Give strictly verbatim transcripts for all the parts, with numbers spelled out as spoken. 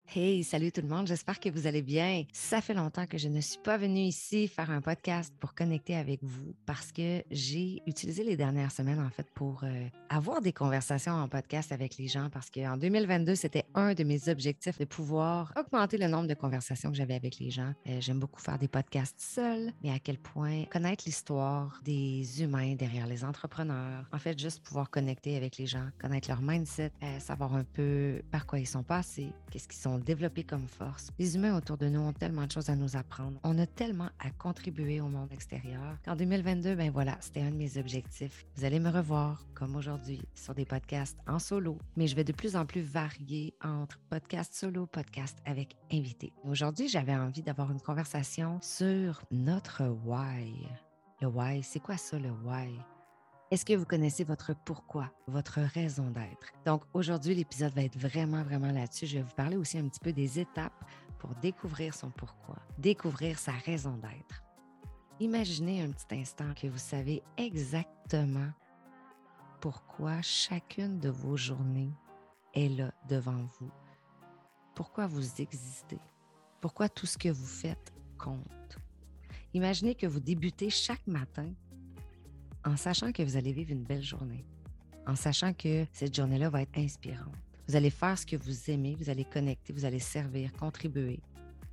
Hey, salut tout le monde, j'espère que vous allez bien. Ça fait longtemps que je ne suis pas venue ici faire un podcast pour connecter avec vous parce que j'ai utilisé les dernières semaines en fait pour euh, avoir des conversations en podcast avec les gens parce qu'en deux mille vingt-deux, c'était un de mes objectifs de pouvoir augmenter le nombre de conversations que j'avais avec les gens. Euh, j'aime beaucoup faire des podcasts seuls, mais à quel point connaître l'histoire des humains derrière les entrepreneurs, en fait, juste pouvoir connecter avec les gens, connaître leur mindset, euh, savoir un peu par quoi ils sont passés, qu'est-ce qu'ils sont développés comme force. Les humains autour de nous ont tellement de choses à nous apprendre. On a tellement à contribuer au monde extérieur qu'en deux mille vingt-deux, ben voilà, c'était un de mes objectifs. Vous allez me revoir, comme aujourd'hui, sur des podcasts en solo, mais je vais de plus en plus varier entre podcasts solo, podcasts avec invités. Aujourd'hui, j'avais envie d'avoir une conversation sur notre why. Le why, c'est quoi ça, le why? Est-ce que vous connaissez votre pourquoi, votre raison d'être? Donc aujourd'hui, l'épisode va être vraiment, vraiment là-dessus. Je vais vous parler aussi un petit peu des étapes pour découvrir son pourquoi, découvrir sa raison d'être. Imaginez un petit instant que vous savez exactement pourquoi chacune de vos journées est là devant vous. Pourquoi vous existez? Pourquoi tout ce que vous faites compte? Imaginez que vous débutez chaque matin en sachant que vous allez vivre une belle journée, en sachant que cette journée-là va être inspirante. Vous allez faire ce que vous aimez, vous allez connecter, vous allez servir, contribuer.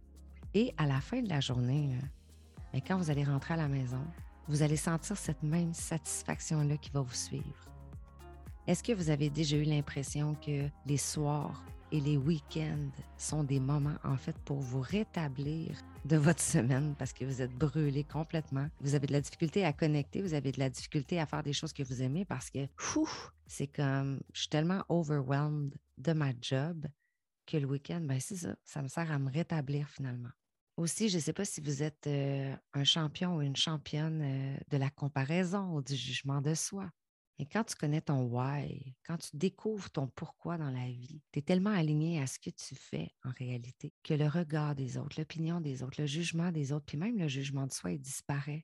Et à la fin de la journée, là, bien, quand vous allez rentrer à la maison, vous allez sentir cette même satisfaction-là qui va vous suivre. Est-ce que vous avez déjà eu l'impression que les soirs et les week-ends sont des moments, en fait, pour vous rétablir de votre semaine parce que vous êtes brûlé complètement? Vous avez de la difficulté à connecter, vous avez de la difficulté à faire des choses que vous aimez parce que, ouf, c'est comme, je suis tellement overwhelmed de ma job que le week-end, ben c'est ça, ça me sert à me rétablir finalement. Aussi, je ne sais pas si vous êtes euh, un champion ou une championne euh, de la comparaison ou du jugement de soi. Et quand tu connais ton why, quand tu découvres ton pourquoi dans la vie, tu es tellement aligné à ce que tu fais en réalité que le regard des autres, l'opinion des autres, le jugement des autres, puis même le jugement de soi, il disparaît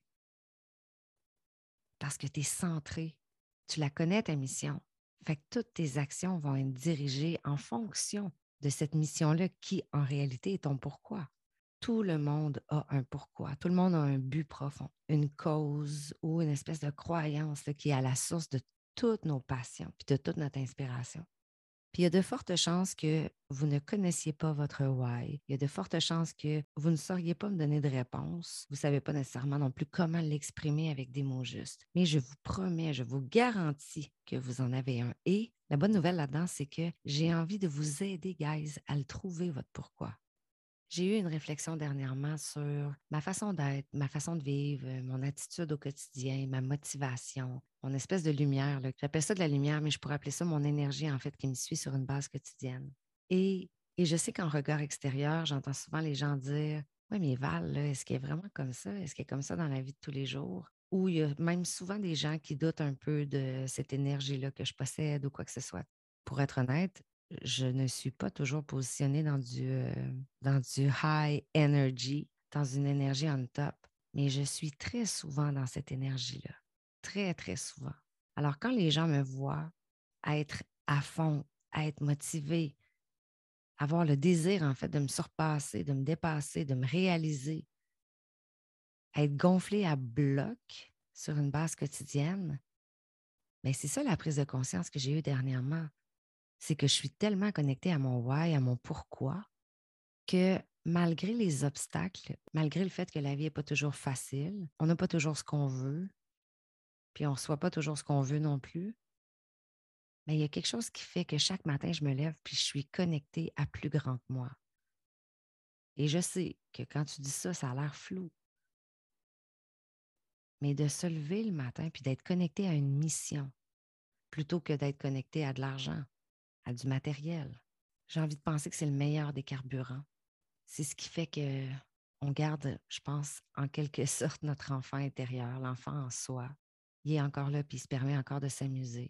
parce que tu es centré. Tu la connais, ta mission. Fait que toutes tes actions vont être dirigées en fonction de cette mission-là qui, en réalité, est ton pourquoi. Tout le monde a un pourquoi. Tout le monde a un but profond, une cause ou une espèce de croyance là, qui est à la source de toutes nos passions puis de toute notre inspiration. Puis il y a de fortes chances que vous ne connaissiez pas votre why. Il y a de fortes chances que vous ne sauriez pas me donner de réponse. Vous ne savez pas nécessairement non plus comment l'exprimer avec des mots justes. Mais je vous promets, je vous garantis que vous en avez un. Et la bonne nouvelle là-dedans, c'est que j'ai envie de vous aider, guys, à le trouver, votre pourquoi. J'ai eu une réflexion dernièrement sur ma façon d'être, ma façon de vivre, euh, mon attitude au quotidien, ma motivation, mon espèce de lumière. Là. J'appelle ça de la lumière, mais je pourrais appeler ça mon énergie, en fait, qui me suit sur une base quotidienne. Et, et je sais qu'en regard extérieur, j'entends souvent les gens dire oui, mais Val, là, est-ce qu'elle est vraiment comme ça? Est-ce qu'elle est comme ça dans la vie de tous les jours? Ou il y a même souvent des gens qui doutent un peu de cette énergie-là que je possède ou quoi que ce soit. Pour être honnête, je ne suis pas toujours positionnée dans du, euh, dans du high energy, dans une énergie on top, mais je suis très souvent dans cette énergie-là. Très, très souvent. Alors, quand les gens me voient à être à fond, à être motivée, avoir le désir, en fait, de me surpasser, de me dépasser, de me réaliser, à être gonflé à bloc sur une base quotidienne, bien, c'est ça la prise de conscience que j'ai eue dernièrement. C'est que je suis tellement connectée à mon why, à mon pourquoi, que malgré les obstacles, malgré le fait que la vie n'est pas toujours facile, on n'a pas toujours ce qu'on veut, puis on ne reçoit pas toujours ce qu'on veut non plus, mais il y a quelque chose qui fait que chaque matin, je me lève puis je suis connectée à plus grand que moi. Et je sais que quand tu dis ça, ça a l'air flou, mais de se lever le matin puis d'être connecté à une mission plutôt que d'être connecté à de l'argent, à du matériel. J'ai envie de penser que c'est le meilleur des carburants. C'est ce qui fait que on garde, je pense, en quelque sorte notre enfant intérieur, l'enfant en soi. Il est encore là, puis il se permet encore de s'amuser.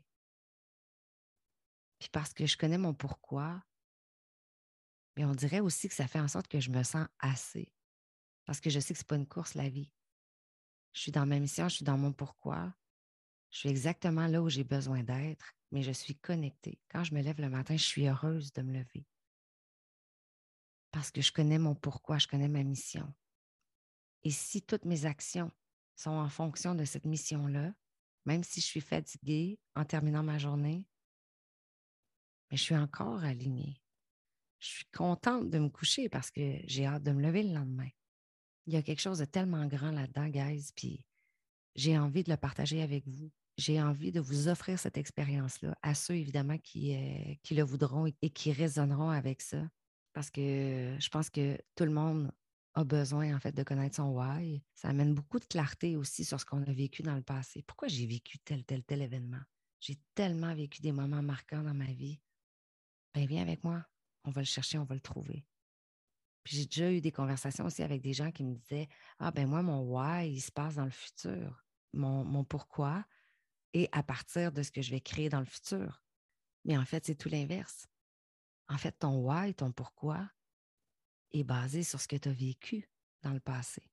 Puis parce que je connais mon pourquoi, mais on dirait aussi que ça fait en sorte que je me sens assez. Parce que je sais que ce n'est pas une course, la vie. Je suis dans ma mission, je suis dans mon pourquoi. Je suis exactement là où j'ai besoin d'être, mais je suis connectée. Quand je me lève le matin, je suis heureuse de me lever. parce que je connais mon pourquoi, je connais ma mission. Et si toutes mes actions sont en fonction de cette mission-là, même si je suis fatiguée en terminant ma journée, mais je suis encore alignée. Je suis contente de me coucher parce que j'ai hâte de me lever le lendemain. Il y a quelque chose de tellement grand là-dedans, guys, puis j'ai envie de le partager avec vous. J'ai envie de vous offrir cette expérience-là à ceux, évidemment, qui, euh, qui le voudront et qui résonneront avec ça. Parce que je pense que tout le monde a besoin, en fait, de connaître son why. Ça amène beaucoup de clarté aussi sur ce qu'on a vécu dans le passé. Pourquoi j'ai vécu tel, tel, tel événement? J'ai tellement vécu des moments marquants dans ma vie. Ben, viens avec moi. On va le chercher, on va le trouver. Puis j'ai déjà eu des conversations aussi avec des gens qui me disaient « Ah, ben moi, mon why, il se passe dans le futur. Mon, mon pourquoi est à partir de ce que je vais créer dans le futur. » Mais en fait, c'est tout l'inverse. En fait, ton why, ton pourquoi est basé sur ce que tu as vécu dans le passé.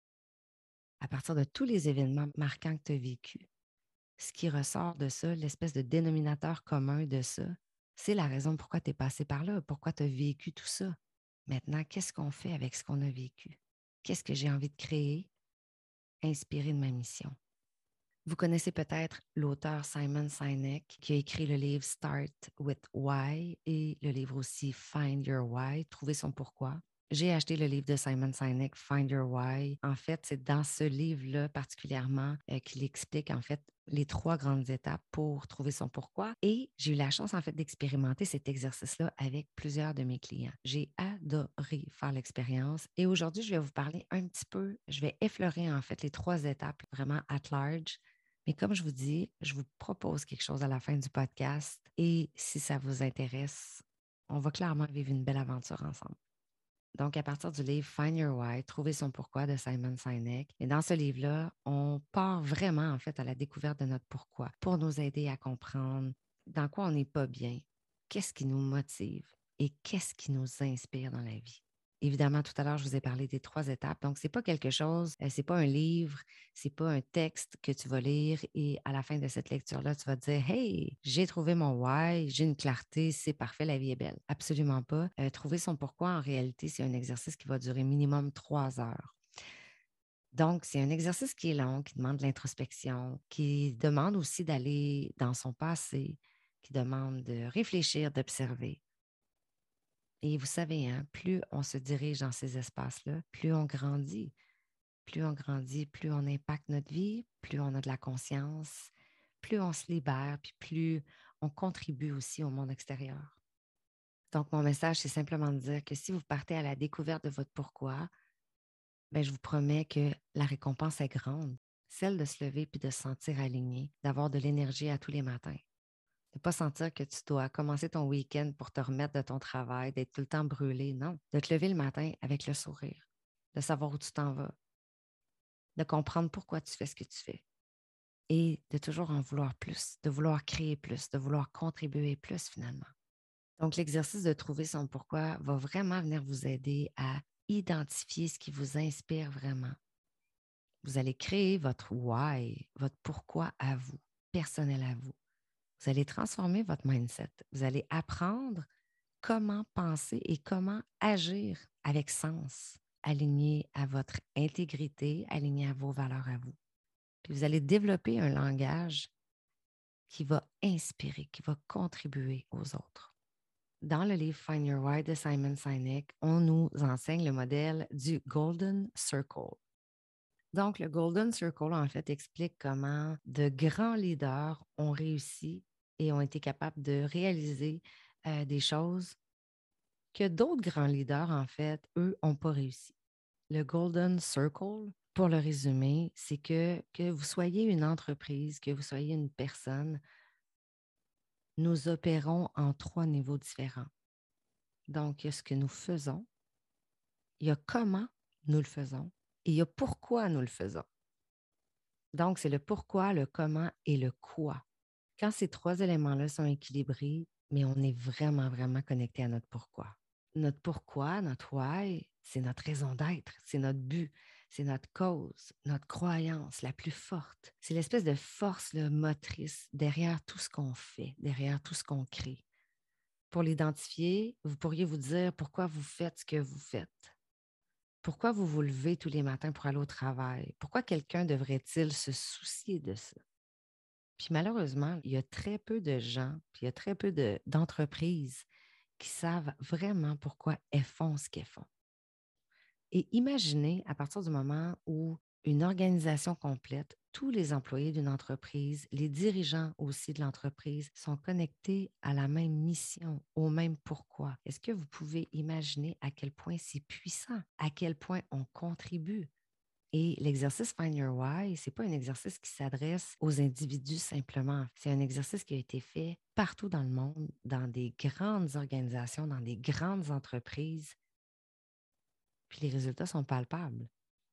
À partir de tous les événements marquants que tu as vécus, ce qui ressort de ça, l'espèce de dénominateur commun de ça, c'est la raison pourquoi tu es passé par là, pourquoi tu as vécu tout ça. Maintenant, qu'est-ce qu'on fait avec ce qu'on a vécu? Qu'est-ce que j'ai envie de créer, inspiré de ma mission? Vous connaissez peut-être l'auteur Simon Sinek qui a écrit le livre Start with Why et le livre aussi Find Your Why, Trouver son pourquoi. J'ai acheté le livre de Simon Sinek, Find Your Why. En fait, c'est dans ce livre-là particulièrement euh, qu'il explique en fait les trois grandes étapes pour trouver son pourquoi. Et j'ai eu la chance en fait d'expérimenter cet exercice-là avec plusieurs de mes clients. J'ai adoré faire l'expérience et aujourd'hui, je vais vous parler un petit peu, je vais effleurer en fait les trois étapes vraiment at large. Mais comme je vous dis, je vous propose quelque chose à la fin du podcast et si ça vous intéresse, on va clairement vivre une belle aventure ensemble. Donc, à partir du livre Find Your Why, Trouver son pourquoi de Simon Sinek. Et dans ce livre-là, on part vraiment en fait à la découverte de notre pourquoi pour nous aider à comprendre dans quoi on n'est pas bien, qu'est-ce qui nous motive et qu'est-ce qui nous inspire dans la vie. Évidemment, tout à l'heure, je vous ai parlé des trois étapes. Donc, ce n'est pas quelque chose, euh, ce n'est pas un livre, ce n'est pas un texte que tu vas lire et à la fin de cette lecture-là, tu vas te dire « Hey, j'ai trouvé mon why, j'ai une clarté, c'est parfait, la vie est belle. » Absolument pas. Euh, trouver son pourquoi, en réalité, c'est un exercice qui va durer minimum trois heures. Donc, c'est un exercice qui est long, qui demande de l'introspection, qui demande aussi d'aller dans son passé, qui demande de réfléchir, d'observer. Et vous savez, hein, plus on se dirige dans ces espaces-là, plus on grandit. Plus on grandit, plus on impacte notre vie, plus on a de la conscience, plus on se libère, puis plus on contribue aussi au monde extérieur. Donc, mon message, c'est simplement de dire que si vous partez à la découverte de votre pourquoi, bien, je vous promets que la récompense est grande, celle de se lever puis de se sentir aligné, d'avoir de l'énergie à tous les matins. De ne pas sentir que tu dois commencer ton week-end pour te remettre de ton travail, d'être tout le temps brûlé. Non, de te lever le matin avec le sourire, de savoir où tu t'en vas, de comprendre pourquoi tu fais ce que tu fais et de toujours en vouloir plus, de vouloir créer plus, de vouloir contribuer plus finalement. Donc, l'exercice de trouver son pourquoi va vraiment venir vous aider à identifier ce qui vous inspire vraiment. Vous allez créer votre why, votre pourquoi à vous, personnel à vous. Vous allez transformer votre mindset. Vous allez apprendre comment penser et comment agir avec sens, aligné à votre intégrité, aligné à vos valeurs à vous. Puis vous allez développer un langage qui va inspirer, qui va contribuer aux autres. Dans le livre Find Your Why de Simon Sinek, on nous enseigne le modèle du Golden Circle. Donc, le Golden Circle, en fait, explique comment de grands leaders ont réussi et ont été capables de réaliser euh, des choses que d'autres grands leaders, en fait, eux, n'ont pas réussi. Le Golden Circle, pour le résumer, c'est que, que vous soyez une entreprise, que vous soyez une personne, nous opérons en trois niveaux différents. Donc, il y a ce que nous faisons, il y a comment nous le faisons et il y a pourquoi nous le faisons. Donc, c'est le pourquoi, le comment et le quoi. Quand ces trois éléments-là sont équilibrés, mais on est vraiment, vraiment connecté à notre pourquoi. Notre pourquoi, notre why, c'est notre raison d'être, c'est notre but, c'est notre cause, notre croyance la plus forte. C'est l'espèce de force là, motrice derrière tout ce qu'on fait, derrière tout ce qu'on crée. pour l'identifier, vous pourriez vous dire pourquoi vous faites ce que vous faites. Pourquoi vous vous levez tous les matins pour aller au travail? Pourquoi quelqu'un devrait-il se soucier de ça? Puis malheureusement, il y a très peu de gens, puis il y a très peu de, d'entreprises qui savent vraiment pourquoi elles font ce qu'elles font. Et imaginez à partir du moment où une organisation complète, tous les employés d'une entreprise, les dirigeants aussi de l'entreprise sont connectés à la même mission, au même pourquoi. Est-ce que vous pouvez imaginer à quel point c'est puissant, à quel point on contribue? Et l'exercice Find Your Why, ce n'est pas un exercice qui s'adresse aux individus simplement. C'est un exercice qui a été fait partout dans le monde, dans des grandes organisations, dans des grandes entreprises. Puis les résultats sont palpables.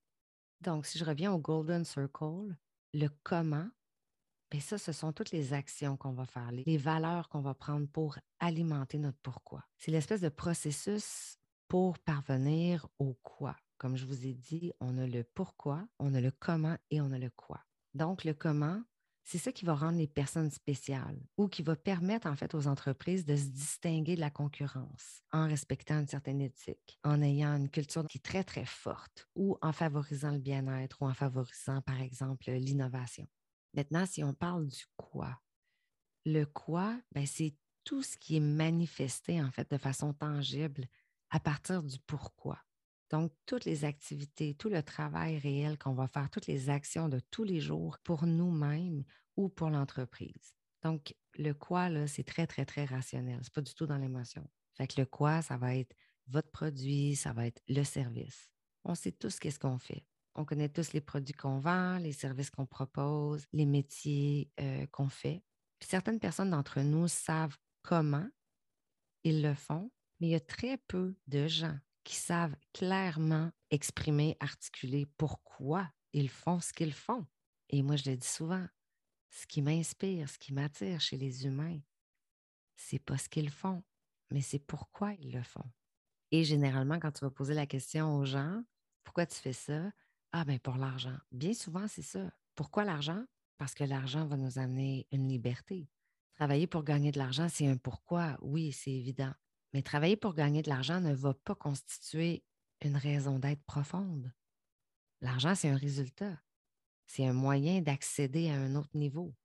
Donc, si je reviens au Golden Circle, le comment, bien ça, ce sont toutes les actions qu'on va faire, les valeurs qu'on va prendre pour alimenter notre pourquoi. C'est l'espèce de processus pour parvenir au quoi. Comme je vous ai dit, on a le pourquoi, on a le comment et on a le quoi. Donc, le comment, c'est ça qui va rendre les personnes spéciales ou qui va permettre en fait aux entreprises de se distinguer de la concurrence en respectant une certaine éthique, en ayant une culture qui est très, très forte ou en favorisant le bien-être ou en favorisant, par exemple, l'innovation. Maintenant, si on parle du quoi, le quoi, ben, c'est tout ce qui est manifesté en fait de façon tangible à partir du pourquoi. Donc, toutes les activités, tout le travail réel qu'on va faire, toutes les actions de tous les jours pour nous-mêmes ou pour l'entreprise. Donc, le quoi, là, c'est très, très, très rationnel. Ce n'est pas du tout dans l'émotion. Fait que le quoi, ça va être votre produit, ça va être le service. On sait tous qu'est-ce qu'on fait. On connaît tous les produits qu'on vend, les services qu'on propose, les métiers euh, qu'on fait. Puis certaines personnes d'entre nous savent comment ils le font, mais il y a très peu de gens qui savent clairement exprimer, articuler pourquoi ils font ce qu'ils font. Et moi, je le dis souvent, ce qui m'inspire, ce qui m'attire chez les humains, c'est pas ce qu'ils font, mais c'est pourquoi ils le font. Et généralement, quand tu vas poser la question aux gens, pourquoi tu fais ça? Ah, bien, pour l'argent. Bien souvent, c'est ça. Pourquoi l'argent? Parce que l'argent va nous amener une liberté. Travailler pour gagner de l'argent, c'est un pourquoi. Oui, c'est évident. Mais travailler pour gagner de l'argent ne va pas constituer une raison d'être profonde. L'argent, c'est un résultat. C'est un moyen d'accéder à un autre niveau.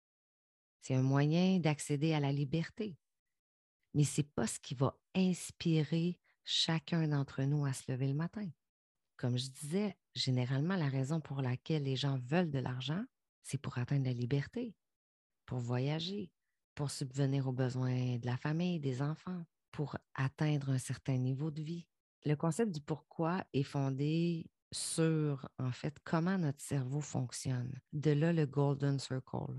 C'est un moyen d'accéder à la liberté. Mais ce n'est pas ce qui va inspirer chacun d'entre nous à se lever le matin. Comme je disais, généralement, la raison pour laquelle les gens veulent de l'argent, c'est pour atteindre la liberté, pour voyager, pour subvenir aux besoins de la famille, des enfants, pour atteindre un certain niveau de vie. Le concept du pourquoi est fondé sur, en fait, comment notre cerveau fonctionne. De là, le Golden Circle.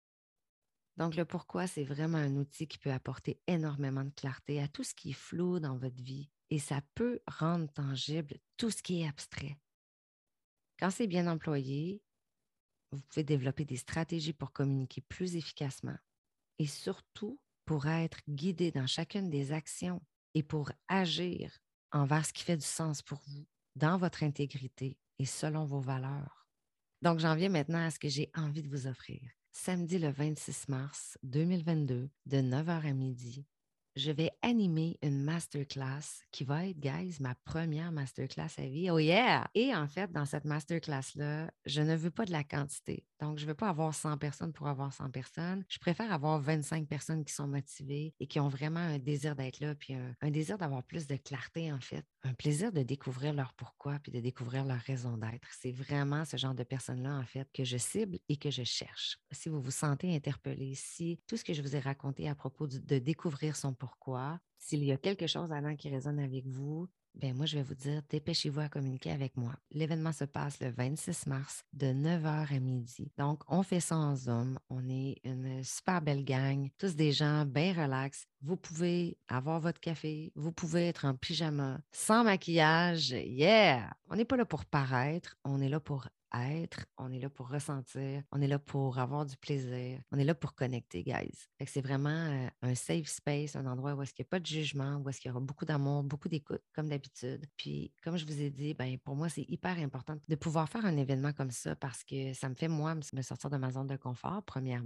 Donc, le pourquoi, c'est vraiment un outil qui peut apporter énormément de clarté à tout ce qui est flou dans votre vie et ça peut rendre tangible tout ce qui est abstrait. Quand c'est bien employé, vous pouvez développer des stratégies pour communiquer plus efficacement et surtout pour être guidé dans chacune des actions et pour agir envers ce qui fait du sens pour vous, dans votre intégrité et selon vos valeurs. Donc, j'en viens maintenant à ce que j'ai envie de vous offrir. Samedi le vingt-six mars deux mille vingt-deux, de neuf heures à midi, je vais animer une masterclass qui va être, guys, ma première masterclass à vie. Oh yeah! Et en fait, dans cette masterclass-là, je ne veux pas de la quantité. Donc, je ne veux pas avoir cent personnes pour avoir cent personnes. Je préfère avoir vingt-cinq personnes qui sont motivées et qui ont vraiment un désir d'être là, puis un, un désir d'avoir plus de clarté, en fait. Un plaisir de découvrir leur pourquoi, puis de découvrir leur raison d'être. C'est vraiment ce genre de personnes-là, en fait, que je cible et que je cherche. Si vous vous sentez interpellé, si tout ce que je vous ai raconté à propos de, de découvrir son pourquoi, s'il y a quelque chose là-dedans qui résonne avec vous, ben moi, je vais vous dire, dépêchez-vous à communiquer avec moi. L'événement se passe le vingt-six mars de neuf heures à midi. Donc, on fait ça en Zoom. On est une super belle gang, tous des gens bien relax. Vous pouvez avoir votre café, vous pouvez être en pyjama, sans maquillage. Yeah! On n'est pas là pour paraître, on est là pour être, on est là pour ressentir, on est là pour avoir du plaisir, on est là pour connecter, guys. Fait que c'est vraiment euh, un safe space, un endroit où est-ce qu'il n'y a pas de jugement, où est-ce qu'il y aura beaucoup d'amour, beaucoup d'écoute, comme d'habitude. Puis, comme je vous ai dit, ben, pour moi, c'est hyper important de pouvoir faire un événement comme ça parce que ça me fait, moi, me sortir de ma zone de confort, premièrement.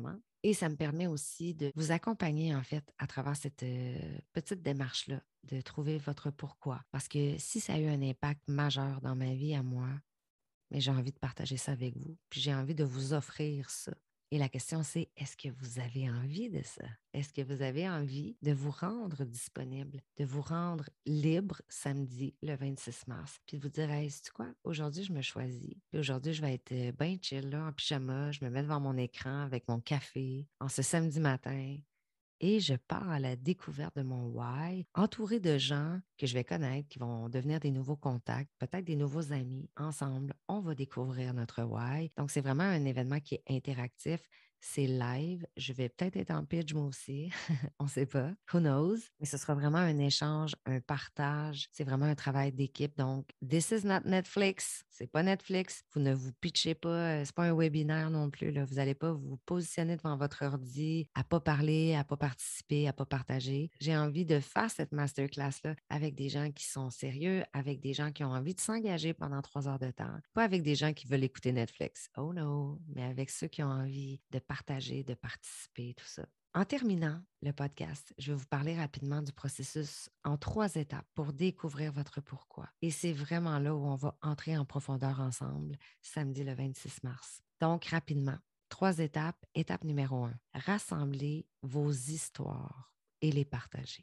Et ça me permet aussi de vous accompagner, en fait, à travers cette euh, petite démarche-là, de trouver votre pourquoi. Parce que si ça a eu un impact majeur dans ma vie à moi, mais j'ai envie de partager ça avec vous, puis j'ai envie de vous offrir ça. Et la question, c'est, est-ce que vous avez envie de ça? Est-ce que vous avez envie de vous rendre disponible, de vous rendre libre samedi le vingt-six mars, puis de vous dire, hey, sais-tu quoi? Aujourd'hui, je me choisis. Puis aujourd'hui, je vais être euh, bien chill, là, en pyjama. Je me mets devant mon écran avec mon café en ce samedi matin. Et je pars à la découverte de mon why, entouré de gens que je vais connaître, qui vont devenir des nouveaux contacts, peut-être des nouveaux amis. Ensemble, on va découvrir notre why. Donc, c'est vraiment un événement qui est interactif. C'est live. Je vais peut-être être en pitch moi aussi. On ne sait pas. Who knows? Mais ce sera vraiment un échange, un partage. C'est vraiment un travail d'équipe. Donc, this is not Netflix. C'est pas Netflix. Vous ne vous pitchez pas. C'est pas un webinaire non plus, là. Vous n'allez pas vous positionner devant votre ordi à pas parler, à pas participer, à pas partager. J'ai envie de faire cette masterclass-là avec des gens qui sont sérieux, avec des gens qui ont envie de s'engager pendant trois heures de temps. Pas avec des gens qui veulent écouter Netflix. Oh no! Mais avec ceux qui ont envie de partager, de participer, tout ça. En terminant le podcast, je vais vous parler rapidement du processus en trois étapes pour découvrir votre pourquoi. Et c'est vraiment là où on va entrer en profondeur ensemble samedi le vingt-six mars. Donc, rapidement, trois étapes. Étape numéro un, rassembler vos histoires et les partager.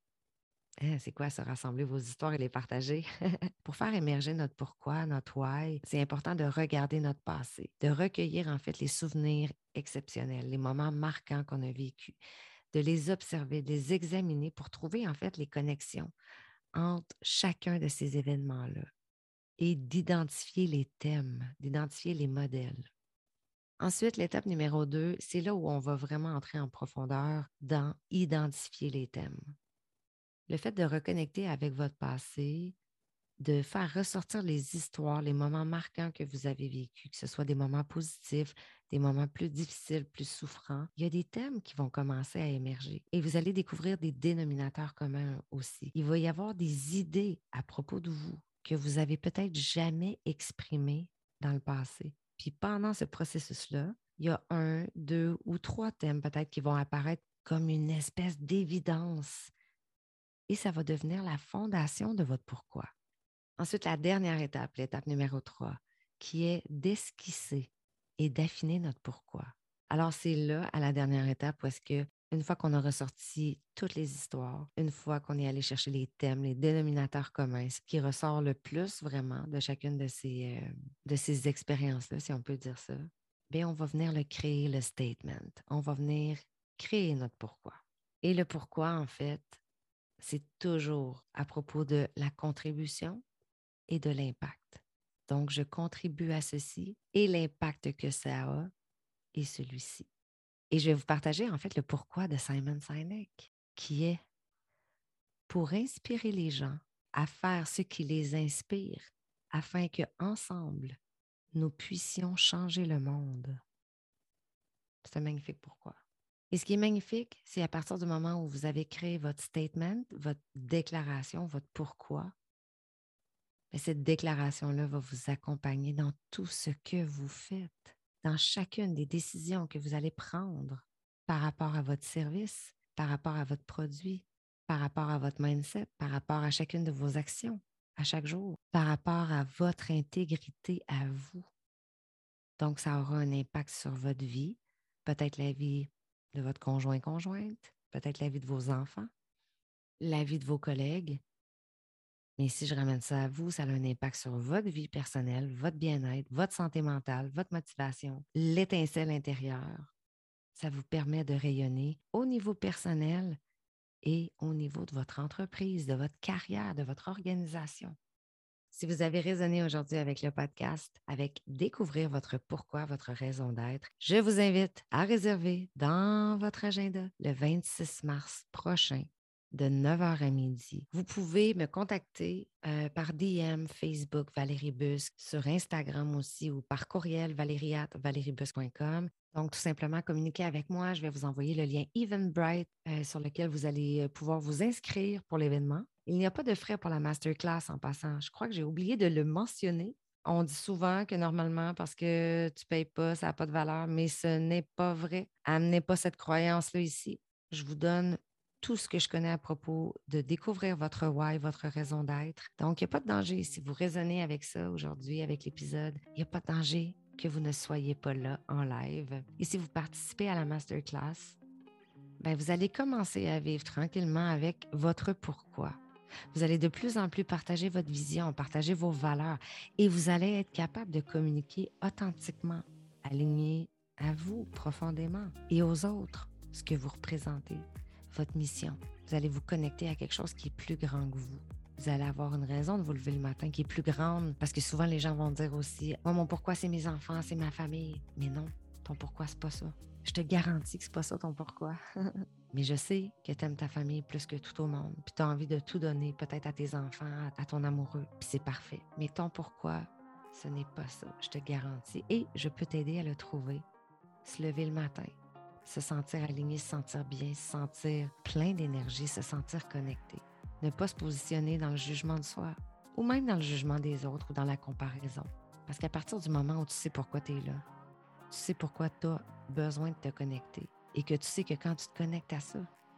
Hein, c'est quoi ça, rassembler vos histoires et les partager? Pour faire émerger notre pourquoi, notre why, c'est important de regarder notre passé, de recueillir en fait les souvenirs exceptionnels, les moments marquants qu'on a vécus, de les observer, de les examiner pour trouver en fait les connexions entre chacun de ces événements-là et d'identifier les thèmes, d'identifier les modèles. Ensuite, l'étape numéro deux, c'est là où on va vraiment entrer en profondeur dans identifier les thèmes. Le fait de reconnecter avec votre passé, de faire ressortir les histoires, les moments marquants que vous avez vécus, que ce soit des moments positifs, des moments plus difficiles, plus souffrants, il y a des thèmes qui vont commencer à émerger et vous allez découvrir des dénominateurs communs aussi. Il va y avoir des idées à propos de vous que vous avez peut-être jamais exprimées dans le passé. Puis pendant ce processus-là, il y a un, deux ou trois thèmes peut-être qui vont apparaître comme une espèce d'évidence. Et ça va devenir la fondation de votre pourquoi. Ensuite, la dernière étape, l'étape numéro trois, qui est d'esquisser et d'affiner notre pourquoi. Alors, c'est là, à la dernière étape, où est-ce que, une fois qu'on a ressorti toutes les histoires, une fois qu'on est allé chercher les thèmes, les dénominateurs communs, ce qui ressort le plus vraiment de chacune de ces, euh, de ces expériences-là, si on peut dire ça, bien, on va venir le créer, le statement. On va venir créer notre pourquoi. Et le pourquoi, en fait, c'est toujours à propos de la contribution et de l'impact. Donc, je contribue à ceci et l'impact que ça a est celui-ci. Et je vais vous partager en fait le pourquoi de Simon Sinek, qui est pour inspirer les gens à faire ce qui les inspire afin qu'ensemble, nous puissions changer le monde. C'est un magnifique pourquoi. Et ce qui est magnifique, c'est à partir du moment où vous avez créé votre statement, votre déclaration, votre pourquoi, mais cette déclaration-là va vous accompagner dans tout ce que vous faites, dans chacune des décisions que vous allez prendre par rapport à votre service, par rapport à votre produit, par rapport à votre mindset, par rapport à chacune de vos actions à chaque jour, par rapport à votre intégrité à vous. Donc, ça aura un impact sur votre vie, peut-être la vie de votre conjoint-conjointe, peut-être la vie de vos enfants, la vie de vos collègues. Mais si je ramène ça à vous, ça a un impact sur votre vie personnelle, votre bien-être, votre santé mentale, votre motivation, l'étincelle intérieure. Ça vous permet de rayonner au niveau personnel et au niveau de votre entreprise, de votre carrière, de votre organisation. Si vous avez résonné aujourd'hui avec le podcast, avec découvrir votre pourquoi, votre raison d'être, je vous invite à réserver dans votre agenda le vingt-six mars prochain de neuf heures à midi. Vous pouvez me contacter euh, par D M, Facebook, Valérie Busque, sur Instagram aussi ou par courriel valérie arobase valeriebusque point com. Donc, tout simplement, communiquer avec moi. Je vais vous envoyer le lien Eventbrite euh, sur lequel vous allez pouvoir vous inscrire pour l'événement. Il n'y a pas de frais pour la masterclass en passant. Je crois que j'ai oublié de le mentionner, On dit souvent que normalement, parce que tu ne payes pas, ça n'a pas de valeur, mais ce n'est pas vrai. Amenez pas cette croyance-là ici. Je vous donne tout ce que je connais à propos de découvrir votre why, votre raison d'être. Donc, il n'y a pas de danger. Si vous raisonnez avec ça aujourd'hui, avec l'épisode, il n'y a pas de danger que vous ne soyez pas là en live. Et si vous participez à la masterclass, ben, vous allez commencer à vivre tranquillement avec votre pourquoi. Vous allez de plus en plus partager votre vision, partager vos valeurs et vous allez être capable de communiquer authentiquement, aligné à vous profondément et aux autres, ce que vous représentez, votre mission. Vous allez vous connecter à quelque chose qui est plus grand que vous. Vous allez avoir une raison de vous lever le matin qui est plus grande parce que souvent les gens vont dire aussi « Moi, mon pourquoi, c'est mes enfants, c'est ma famille. » Mais non, ton pourquoi, c'est pas ça. Je te garantis que c'est pas ça ton pourquoi. Mais je sais que tu aimes ta famille plus que tout au monde, puis tu as envie de tout donner, peut-être à tes enfants, à ton amoureux, puis c'est parfait. Mais ton pourquoi, ce n'est pas ça, je te garantis. Et je peux t'aider à le trouver. Se lever le matin, se sentir aligné, se sentir bien, se sentir plein d'énergie, se sentir connecté. Ne pas se positionner dans le jugement de soi, ou même dans le jugement des autres ou dans la comparaison. Parce qu'à partir du moment où tu sais pourquoi tu es là, tu sais pourquoi tu as besoin de te connecter et que tu sais que quand tu te connectes à ça,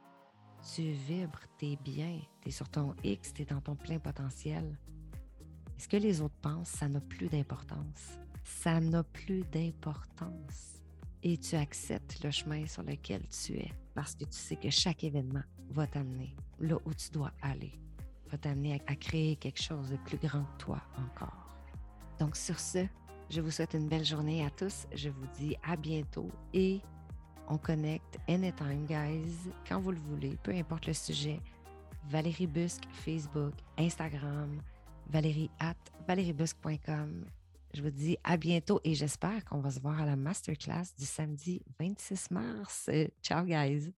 tu vibres, tu es bien, tu es sur ton X, tu es dans ton plein potentiel. Ce que les autres pensent, ça n'a plus d'importance. Ça n'a plus d'importance. Et tu acceptes le chemin sur lequel tu es parce que tu sais que chaque événement va t'amener là où tu dois aller, va t'amener à, à créer quelque chose de plus grand que toi encore. Donc sur ce, je vous souhaite une belle journée à tous. Je vous dis à bientôt et on connecte anytime, guys, quand vous le voulez, peu importe le sujet. Valérie Busque, Facebook, Instagram, valérie at valeriebusque point com. Je vous dis à bientôt et j'espère qu'on va se voir à la masterclass du samedi vingt-six mars. Ciao, guys!